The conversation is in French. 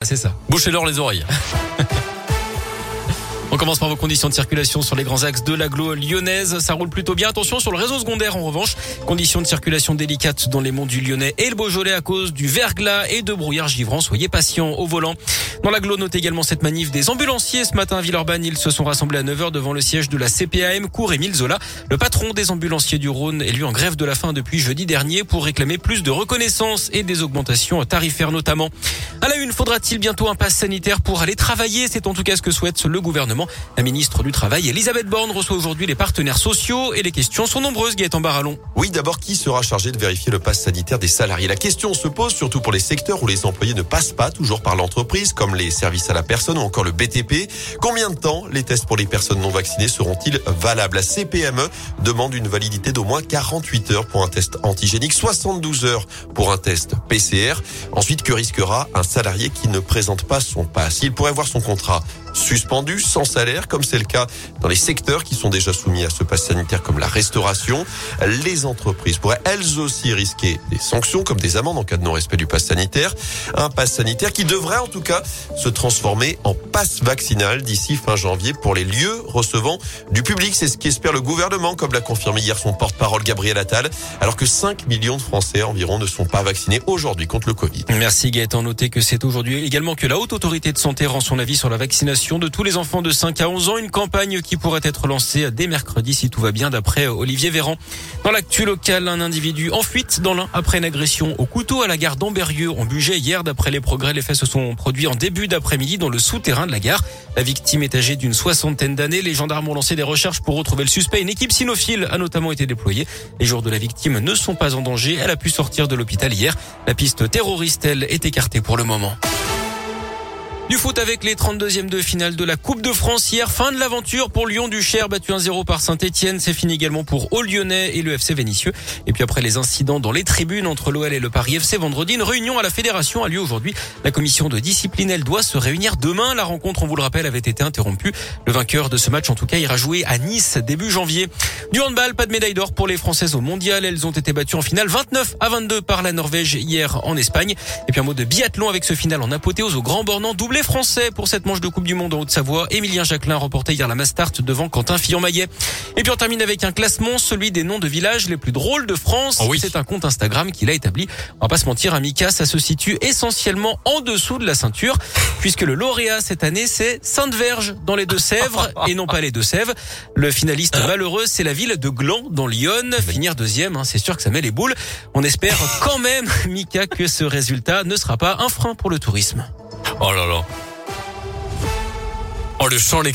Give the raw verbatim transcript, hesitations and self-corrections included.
c'est ça. Bouchez-leur les oreilles. On commence par vos conditions de circulation sur les grands axes de l'agglo lyonnaise. Ça roule plutôt bien. Attention sur le réseau secondaire en revanche. Conditions de circulation délicates dans les monts du Lyonnais et le Beaujolais à cause du verglas et de brouillard givrant. Soyez patients au volant. Dans l'agglo, notez également cette manif des ambulanciers. Ce matin à Villeurbanne, ils se sont rassemblés à neuf heures devant le siège de la C P A M, cours Émile Zola. Le patron des ambulanciers du Rhône est lui en grève de la faim depuis jeudi dernier pour réclamer plus de reconnaissance et des augmentations tarifaires notamment. À la une, faudra-t-il bientôt un pass sanitaire pour aller travailler? C'est en tout cas ce que souhaite le gouvernement. La ministre du Travail, Elisabeth Borne, reçoit aujourd'hui les partenaires sociaux et les questions sont nombreuses, Gaëtan Barallon. Oui, d'abord, qui sera chargé de vérifier le pass sanitaire des salariés? La question se pose surtout pour les secteurs où les employés ne passent pas toujours par l'entreprise, comme les services à la personne ou encore le B T P. Combien de temps les tests pour les personnes non vaccinées seront-ils valables? La C P M E demande une validité d'au moins quarante-huit heures pour un test antigénique, soixante-douze heures pour un test P C R. Ensuite, que risquera un salarié qui ne présente pas son pass? Il pourrait voir son contrat suspendu, sans salaire, comme c'est le cas dans les secteurs qui sont déjà soumis à ce pass sanitaire comme la restauration. Les entreprises pourraient elles aussi risquer des sanctions comme des amendes en cas de non-respect du pass sanitaire. Un pass sanitaire qui devrait en tout cas se transformer en pass vaccinal d'ici fin janvier pour les lieux recevant du public. C'est ce qu'espère le gouvernement, comme l'a confirmé hier son porte-parole Gabriel Attal, alors que cinq millions de Français environ ne sont pas vaccinés aujourd'hui contre le Covid. Merci Gaëtan. Notez que c'est aujourd'hui également que la Haute Autorité de Santé rend son avis sur la vaccination de tous les enfants de cinq à onze ans, une campagne qui pourrait être lancée dès mercredi si tout va bien d'après Olivier Véran. Dans l'actu locale, un individu en fuite dans l'Ain après une agression au couteau à la gare d'Amberieu en Bugey hier. D'après les progrès, les faits se sont produits en début d'après-midi dans le souterrain de la gare. La victime est âgée d'une soixantaine d'années. Les gendarmes ont lancé des recherches pour retrouver le suspect. Une équipe cynophile a notamment été déployée. Les jours de la victime ne sont pas en danger. Elle a pu sortir de l'hôpital hier. La piste terroriste, elle, est écartée pour le moment. Du foot avec les trente-deuxièmes de finale de la Coupe de France hier. Fin de l'aventure pour Lyon-Duchère, battu un zéro par Saint-Etienne. C'est fini également pour Au Lyonnais et le F C Vénissieux. Et puis après les incidents dans les tribunes entre l'O L et le Paris F C vendredi, une réunion à la fédération a lieu aujourd'hui. La commission de discipline, elle doit se réunir demain. La rencontre, on vous le rappelle, avait été interrompue. Le vainqueur de ce match, en tout cas, ira jouer à Nice début janvier. Du handball, pas de médaille d'or pour les Françaises au mondial. Elles ont été battues en finale vingt-neuf à vingt-deux par la Norvège hier en Espagne. Et puis un mot de biathlon avec ce final en apothéose au Grand Bornand. Doublé français pour cette manche de Coupe du Monde en Haute-Savoie. Emilien Jacquelin remportait hier la Mastart devant Quentin Fillon-Maillet. Et puis on termine avec un classement, celui des noms de villages les plus drôles de France. Oh oui. C'est un compte Instagram qu'il a établi. On va pas se mentir, à Mika, ça se situe essentiellement en dessous de la ceinture, puisque le lauréat cette année, c'est Sainte-Verge dans les Deux-Sèvres et non pas les Deux-Sèvres. Le finaliste malheureux, c'est la ville de Gland dans l'Yonne. Finir deuxième, hein, c'est sûr que ça met les boules. On espère quand même, Mika, que ce résultat ne sera pas un frein pour le tourisme. Oh là là. Oh, le chant